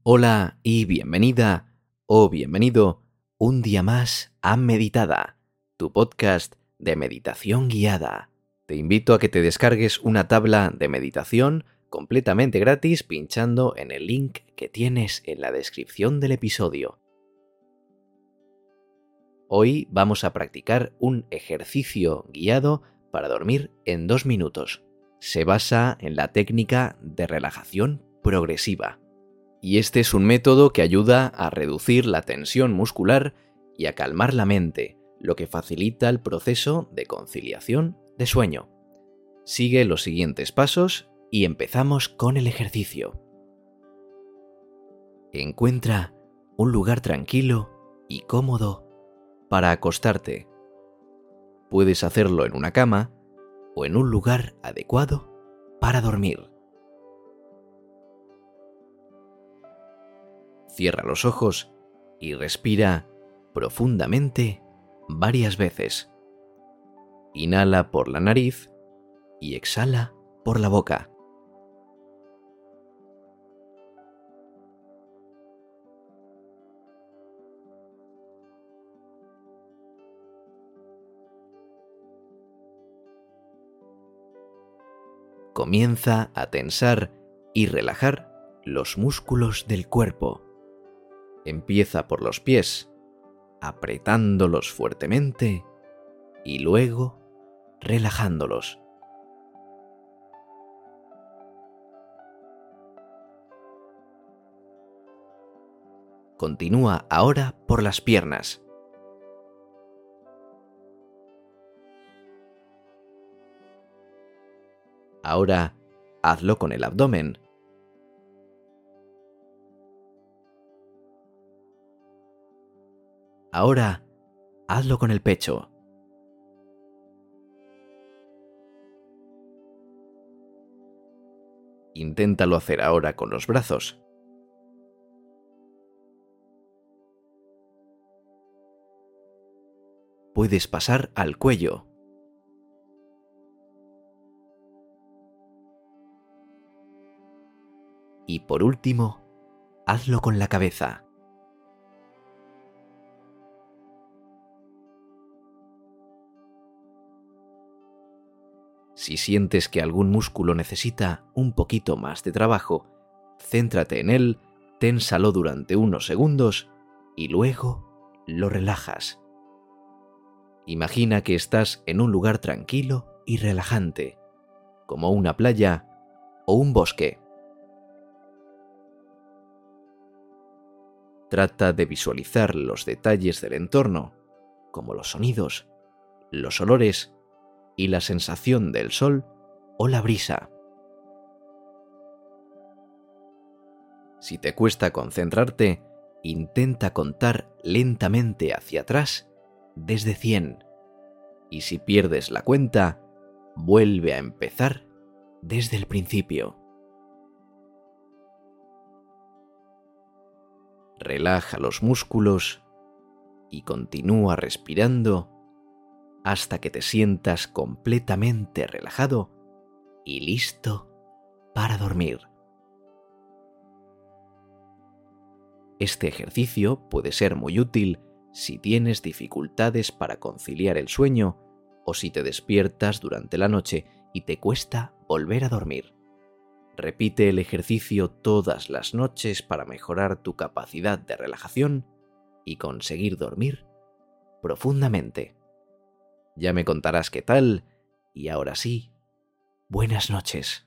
Hola y bienvenida o bienvenido un día más a Meditada, tu podcast de meditación guiada. Te invito a que te descargues una tabla de meditación completamente gratis pinchando en el link que tienes en la descripción del episodio. Hoy vamos a practicar un ejercicio guiado para dormir en 2 minutos. Se basa en la técnica de relajación progresiva. Y este es un método que ayuda a reducir la tensión muscular y a calmar la mente, lo que facilita el proceso de conciliación de sueño. Sigue los siguientes pasos y empezamos con el ejercicio. Encuentra un lugar tranquilo y cómodo para acostarte. Puedes hacerlo en una cama o en un lugar adecuado para dormir. Cierra los ojos y respira profundamente varias veces. Inhala por la nariz y exhala por la boca. Comienza a tensar y relajar los músculos del cuerpo. Empieza por los pies, apretándolos fuertemente y luego relajándolos. Continúa ahora por las piernas. Ahora hazlo con el abdomen. Ahora hazlo con el pecho. Inténtalo hacer ahora con los brazos. Puedes pasar al cuello. Y por último, hazlo con la cabeza. Si sientes que algún músculo necesita un poquito más de trabajo, céntrate en él, ténsalo durante unos segundos y luego lo relajas. Imagina que estás en un lugar tranquilo y relajante, como una playa o un bosque. Trata de visualizar los detalles del entorno, como los sonidos, los olores y la sensación del sol o la brisa. Si te cuesta concentrarte, intenta contar lentamente hacia atrás desde 100. Y si pierdes la cuenta, vuelve a empezar desde el principio. Relaja los músculos y continúa respirando hasta que te sientas completamente relajado y listo para dormir. Este ejercicio puede ser muy útil si tienes dificultades para conciliar el sueño o si te despiertas durante la noche y te cuesta volver a dormir. Repite el ejercicio todas las noches para mejorar tu capacidad de relajación y conseguir dormir profundamente. Ya me contarás qué tal, y ahora sí, buenas noches.